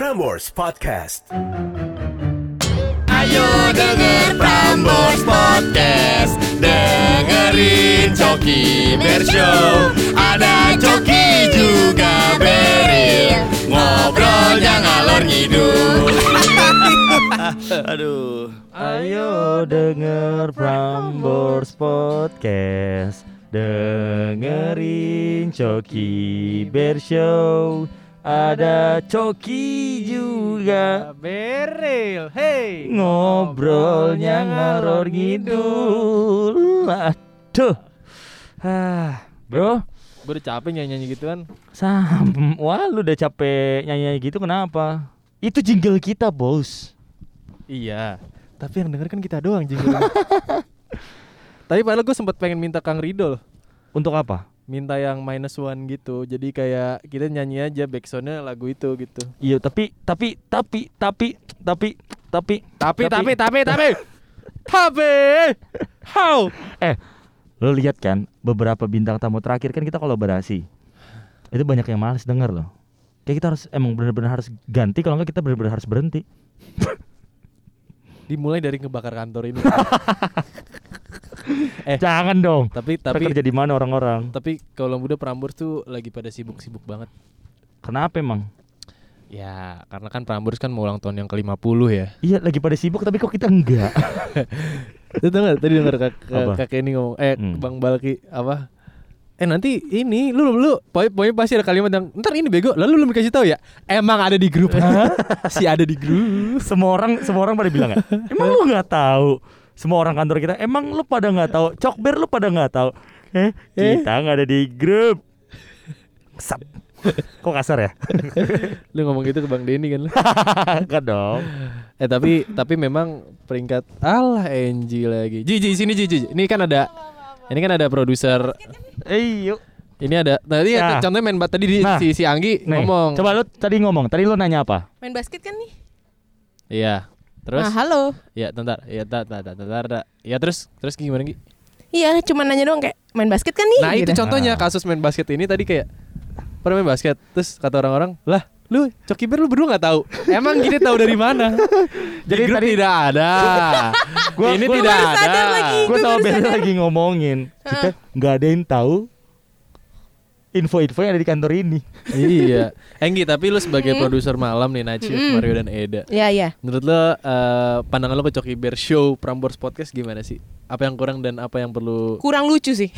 Prambors Podcast. Ayo denger Prambors Podcast, dengerin Coki Bershow. Ada Coki juga Beril, ngobrolnya ngalor ngidul. Aduh. Ayo denger Prambors Podcast, dengerin Coki Bershow. Ada Coki juga Beril, hey, ngobrolnya ngalor ngidul. Aduh. Bro, gue udah capek nyanyi gituan. wah lu udah capek nyanyi gitu kenapa? Itu jingle kita, bos. Iya, tapi yang denger kan kita doang jingle. Tapi padahal gue sempat pengen minta Kang Ridho, Untuk apa? minta yang -1 gitu. Jadi kayak kita nyanyi aja backsoundnya lagu itu gitu. Iya, tapi How? Lo lihat kan beberapa bintang tamu terakhir kan kita kolaborasi. Itu banyak yang males denger loh. Kayak kita harus emang benar-benar harus ganti, kalau enggak kita benar-benar harus berhenti. Dimulai dari ngebakar kantor ini. Jangan dong. Tapi kerja di mana orang-orang? Tapi kalau muda Prambors tuh lagi pada sibuk-sibuk banget. Kenapa emang? Ya, karena kan Prambors kan mau ulang tahun yang ke-50 ya. Iya, lagi pada sibuk tapi kok kita enggak. Lu tau gak tadi denger Apa? kakek ini ngomong Bang Balki apa? Nanti ini lu pokoknya pasti ada kalimat yang ntar ini bego, lalu lu dikasih tahu ya. Emang ada di grup. Si ada di grup. Semua orang pada bilang ya, emang lu nggak tahu? Semua orang kantor kita, emang lu pada nggak tahu? Cokber lu pada nggak tahu? Kita nggak ada di grup. Sap. Kok kasar ya? Lu ngomong gitu ke Bang Denny kan lu. Enggak dong. Tapi memang peringkat NG lagi. Ji sini Ji. Ini kan ada produser. Yuk. Ini ada tadi Ya. contohnya main tadi si Anggi Nih, ngomong. Coba lu tadi ngomong. Tadi lu nanya apa? Main basket kan nih? Iya. Terus? Nah, halo. Ya, bentar. Ya, ya terus gimana Gi? Iya, cuma nanya doang kayak main basket kan nih? Nah, gitu. itu contohnya kasus main basket ini tadi kayak pernah main basket. Terus kata orang-orang, "Lah, lu Coki Ber lu berdua enggak tahu." Emang gini tahu dari mana? Jadi grup tadi- tidak ada. Ini gua tidak baru ada. sadar lagi. Gue sama Ben lagi ngomongin, kita nggak ada yang tahu info-info yang ada di kantor ini. Iya. Enggi, tapi lu sebagai produser malam nih Najib, Mario dan Eda. Iya. Menurut lo pandangan lo ke Coki Ber Show Prambors Podcast gimana sih? Apa yang kurang dan apa yang perlu? Kurang lucu sih.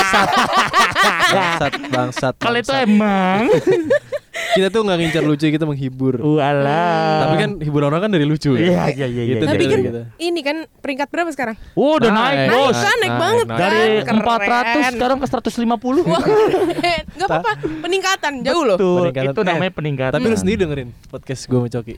Bangsat. Kalau itu emang. Kita tuh nggak ngincar lucu, kita menghibur. Walah. Tapi kan hiburan orang kan dari lucu ya. Iya. Gitu Tapi dari kan kita. ini kan peringkat berapa sekarang? Udah naik, bos. Naik banget kan. Dari Keren. 400 sekarang ke 150. Wah, keren. Gak apa-apa, peningkatan jauh loh. Betul, Peningkatan. itu namanya peningkatan. Tapi lu sendiri dengerin podcast gue sama Coki.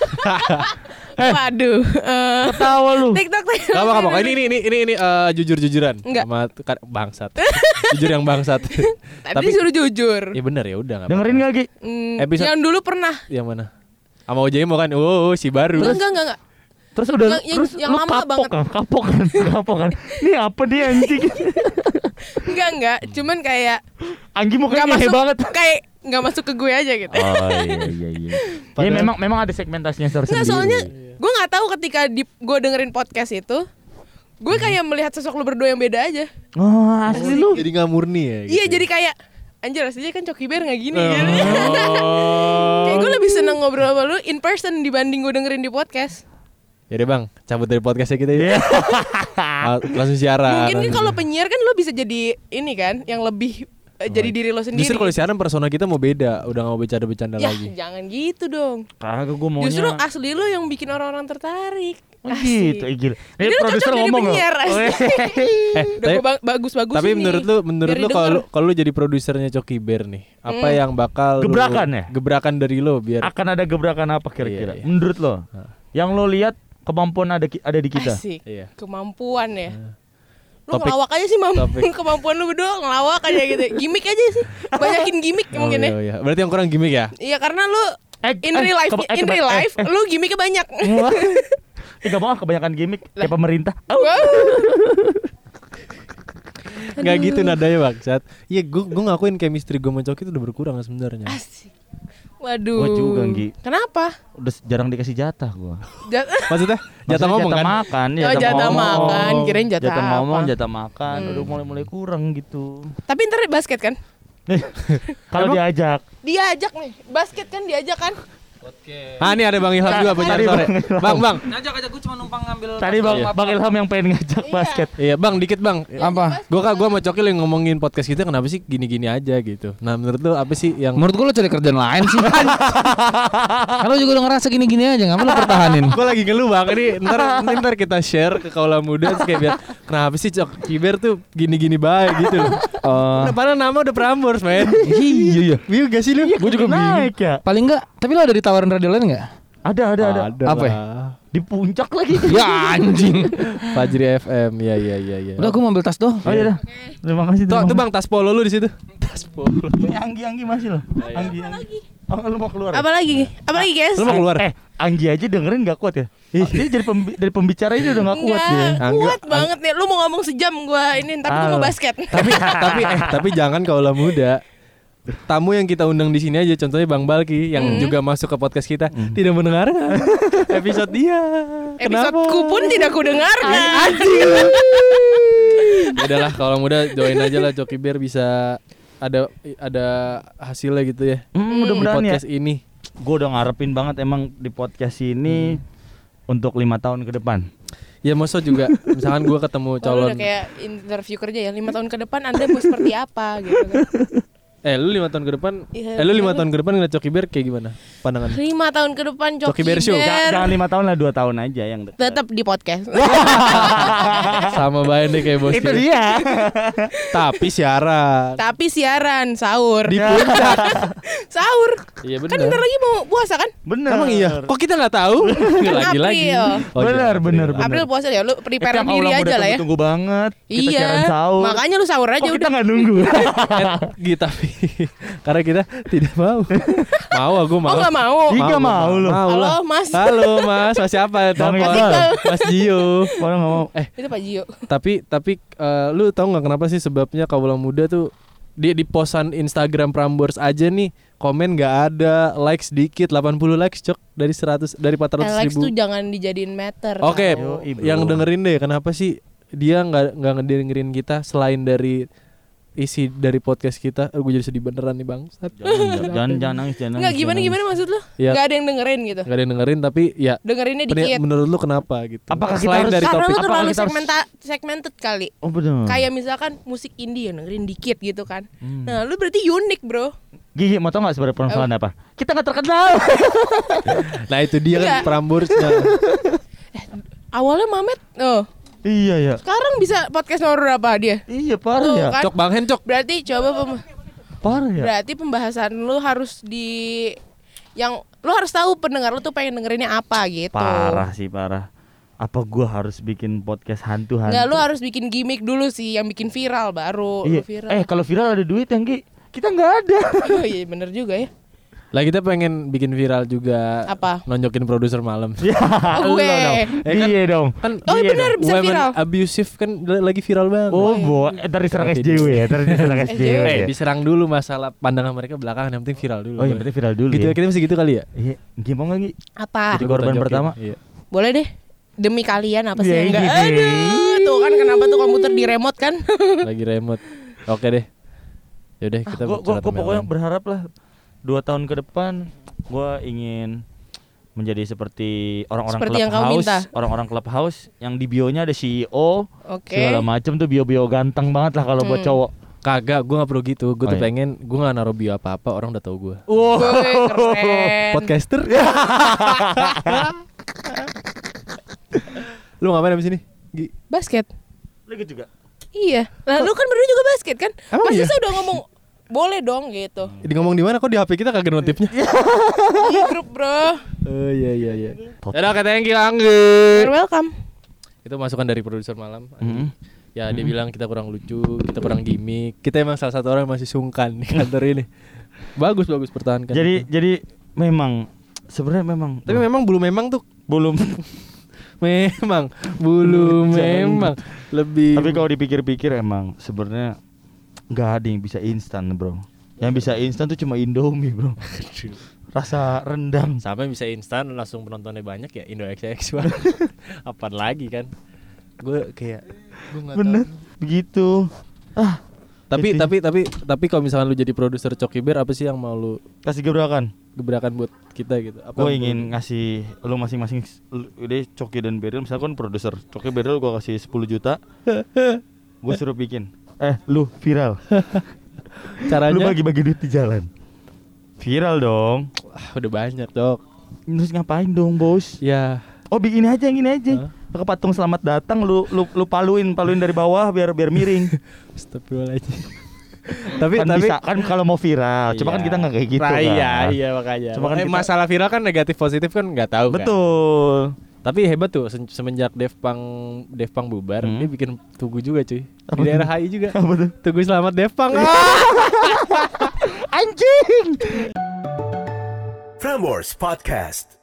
Waduh. Ketawa lu. TikTok. Gak apa. Ini jujur-jujuran. Enggak. Sama bangsat. Jujur yang bangsat. Tadi suruh jujur. Ya benar ya udah nggak Dengerin apa-apa. gak Gi? Episode- Yang dulu pernah. Yang mana? Sama OJ mau kan? Oh, si baru. Enggak. Terus udah Yang lu lama banget. kapok kan. Ini apa dia anjing? Enggak. Cuman kayak Anggi mukanya nggak ngehe masuk. banget. Kayak nggak masuk ke gue aja gitu. Oh iya. Ini memang ada segmentasinya tersendiri. Enggak, soalnya gue nggak tahu ketika gue dengerin podcast itu, gue kayak melihat sosok lu berdua yang beda aja. Oh, asli lu. Jadi nggak murni ya? Iya, jadi kayak anjir aslinya kan Coki Ber nggak gini gitu. Kayak gue lebih seneng ngobrol sama lu in person dibanding gue dengerin di podcast. Ya deh bang, cabut dari podcastnya kita ya. Langsung siaran. Mungkin kan kalau penyiar kan lo bisa jadi ini kan, yang lebih jadi diri lo sendiri. Justru kalau siaran persona kita mau beda, udah nggak mau bercanda-bercanda Ya lagi. jangan gitu dong. Kagak gue maunya. Justru asli lo yang bikin orang-orang tertarik. Oh, gitu, gila. Jadi Ini lu produser cocok jadi ngomong loh. penyiar, asli. Udah tapi- gue bagus-bagus Tapi ini. menurut Biar lu didengar. kalau lu jadi produsernya Coki Ber nih, apa yang bakal Gebrakan ya? Gebrakan dari lo biar Akan ada gebrakan apa kira-kira? Iya. Menurut lo? Yang lo lihat kemampuan ada di kita. Asik. Iya. Kemampuan ya. Lu Topik- ngelawak aja sih, Mam. topik. Kemampuan lu berdua ngelawak aja gitu. Gimik aja sih. Banyakin gimik mungkin ya. Iya. Berarti yang kurang gimmick ya? Iya, karena lu in real life lu gimiknya banyak. Wah. Gak mau kebanyakan gimmick kayak pemerintah. Wow. Gak gitu nadanya bangsat. Iya, gue ngakuin chemistry gue sama Coki itu udah berkurang sebenarnya. Asik. Waduh. Gua juga, Nggi. Kenapa? Udah jarang dikasih jatah gua. Maksudnya jatah Maksudnya ngomong kan? makan, Oh, jatah makan. Kirain jatah ngomong, apa? jatah makan. Udah mulai kurang gitu. Tapi ntar basket kan? Kalau diajak. Diajak nih. Basket kan diajak kan? Ah, ini ada Bang Ilham juga penyiar Tadi sore. Bang Ilham. Bang. Ngajak gue cuma numpang ngambil. Tadi Bang Ilham yang pengen ngajak basket. Iya, Bang, dikit Bang. Apa? Gua sama Cokil yang ngomongin podcast kita kenapa sih gini-gini aja gitu. Nah, menurut lu apa sih yang Menurut gue lo cari kerjaan lain sih. Kalau juga udah ngerasa gini-gini aja, ngapain lo pertahanin? Gue lagi ngeluh Bang, ini ntar kita share ke kaula muda terus kayak biar kenapa sih Cok Kiber tuh gini-gini baik gitu loh. Oh, Padahal nama udah Prambors, men. iya. Bingung gak sih lu? Gue juga naik ya. Paling enggak, tapi lo ada ditawarin radio lain enggak? Ada. Apa ya? Di puncak lagi. Ya anjing. Fajri FM, ya. Udah gue mau ambil tas doh. Oh iya dah. Terima kasih. Tuh Bang, tas polo lu di situ. Tas polo. Ini Anggi masih loh. Anggi. Oh, lu mau keluar? Apa lagi? Apa lagi, guys? Lu mau keluar? Anggi aja dengerin gak kuat ya? Dia dari pembicara ini udah gak kuat dia. Kuat banget nih. Lu mau ngomong sejam gua ini, tapi gua mau basket. Tapi jangan kaula muda. Tamu yang kita undang di sini aja, contohnya Bang Balki yang juga masuk ke podcast kita tidak mendengarkan episode dia. Episodeku pun tidak ku dengarkan. Udahlah, kalau muda join aja lah Coki Bear bisa ada hasilnya gitu ya. Di Mudah-mudahan ya. podcast ini. Gue udah ngarepin banget emang di podcast ini untuk 5 tahun ke depan. Ya maksud juga misalkan gue ketemu Kalau calon udah kayak interview kerja ya, 5 tahun ke depan Anda mau seperti apa gitu kan. lu 5 tahun ke depan Iya, lu 5 tahun ke depan ngeliat Coki Bear kayak gimana pandangan? 5 tahun ke depan Coki Bear Show. Jangan 5 tahun lah, 2 tahun aja yang dekat. tetap di podcast. Sama banget deh kayak bos. Itu dia. Tapi siaran. Tapi siaran sahur. Di puncak. Sahur. Iya Kan bentar lagi mau puasa kan? Bener. Emang iya? Kok kita nggak tahu? Lagi-lagi. April. Oh, iya, Bener. April puasa ya, lu prepare Tiap diri aulang aja udah lah ya. Tunggu banget. Kita Iya. siaran sahur. Makanya lu sahur aja Kok kita udah. nggak nunggu? Gitu tapi karena kita tidak mau. Mau aku mau. Oh enggak mau. Ika mau lu. Mau Halo, lah. Mas. Halo Mas, Mas siapa? Bang Telepon. Iqbal. Mas Gio. Kalau nggak mau. Itu Pak Gio. Tapi lu tahu nggak kenapa sih sebabnya kaula muda tuh di posan Instagram Prambors aja nih komen nggak ada, likes dikit, 80 likes Cok dari 400 Alex ribu. tuh jangan dijadiin meter. Oke, Yo, Ibu. yang dengerin deh kenapa sih dia nggak ngedengerin kita selain dari isi dari podcast kita. Gue jadi sedih beneran nih Bang. Jangan nangis, jangan Enggak nangis. gimana maksud lu? Ya. Enggak ada yang dengerin gitu. Gak ada yang dengerin tapi ya Dengerinnya dikit. menurut lu kenapa gitu? Apakah kita selain harus- dari Karena topik? lu terlalu kita harus- segmented kali. Oh bener. Kayak misalkan musik indie yang dengerin dikit gitu kan. Nah, lu berarti unik, Bro. Gigi mau tau gak sebenarnya permasalahan apa? Kita gak terkenal. Nah itu dia Iya. kan Pramborsnya. Awalnya Mamet, Iya ya. sekarang bisa podcast nomor berapa dia? Iya parah Tuh, ya. kan? Cok Bang Hen Cok. Berarti coba Parah ya. berarti pembahasan lu harus di yang lu harus tahu pendengar lu tuh pengen dengerinnya apa gitu. Parah sih parah. Apa gua harus bikin podcast hantu-hantu? Enggak, lu harus bikin gimmick dulu sih yang bikin viral baru Iya. lu viral. Kalau viral ada duit yang Gi. Kita nggak ada. Oh iya bener juga ya. Lah kita pengen bikin viral juga. Apa? Nonjokin produser malam. Ya, Oh, lu gue. dong. kan- Iya dong. Kan Oh Iya bener dong. bisa women viral. abusive kan lagi viral banget. Oh, ntar diserang Oke, SJW ya. Ntar diserang SJW. SJW. ya. Diserang dulu masalah pandangan mereka belakangan, yang penting viral dulu. Oh iya berarti viral dulu Gitu ya. kita masih gitu kali ya. Iya. Gimana nggak Gi? Apa? Jadi korban Tonjokin. pertama. Iya. Boleh deh. Demi kalian apa sih Iya, enggak? gitu. Aduh, tuh kan kenapa tuh komputer di remote kan? Lagi remote. Oke deh. Yaudah kita Gue curhat sama pokoknya yang lain. berharap lah 2 tahun ke depan gue ingin menjadi seperti orang-orang Seperti yang kau clubhouse, minta. orang-orang clubhouse yang di bionya ada CEO Oke. segala macem tuh bio-bio ganteng banget lah kalau buat cowok. Kagak, gue gak perlu gitu. Gue Oh, tuh iya. pengen, gue gak naruh bio apa-apa, orang udah tahu gue. Wow. Woi, keren. Podcaster. Lu ngapain abis ini? Gi? Basket. Lagi juga. Iya. Lah lu kan berdua juga basket kan? Emang Masa iya? saya udah ngomong boleh dong gitu. Di ngomong di mana kok di HP kita kagak notifnya? Di grup, Bro. Oh iya iya iya. Tot- Yaudah oke, thank you Anggi. You're welcome. Itu masukan dari produser malam. Mhm. Ya dia bilang kita kurang lucu, kita kurang gimmick. Kita emang salah satu orang yang masih sungkan di kantor ini. Bagus pertahankan. Jadi memang sebenarnya memang tapi memang belum memang tuh belum. memang belum memang lebih. Tapi kalau dipikir-pikir emang sebenarnya nggak ada yang bisa instan bro. Yang bisa instan tuh cuma Indomie bro. rasa rendang. Sampai bisa instan langsung penontonnya banyak ya Indo XX banget. Apaan lagi kan? Gue kayak gue nggak Bener, tahu. begitu. Tapi kalau misalkan lu jadi produser Coki Bear, apa sih yang mau lu Kasih gebrakan. buat kita gitu? Apa Gue yang ingin ngasih lu masing-masing udah Coki dan Beril, misalkan produser Coki Beril gue kasih 10 juta. Gue suruh bikin. Lu viral. caranya? Lu bagi-bagi duit di jalan. Viral dong. Udah banyak, Dok. Terus ngapain dong, Bos? Ya. Oh, bikin aja, gini aja. Pakai patung selamat datang lu paluin dari bawah biar miring. Astagfirullahaladzim. tapi Bisa kan kalau mau viral. Cuma kan kita nggak kayak gitu kan. Iya makanya. Cuma kan kita- masalah viral kan negatif positif kan nggak tahu kan. Betul. Tapi hebat tuh semenjak Devpang bubar, dia bikin tugu juga cuy. Di daerah HI juga. Apa tuh? Tugu Selamat Devpang. Anjing. Prambors Podcast.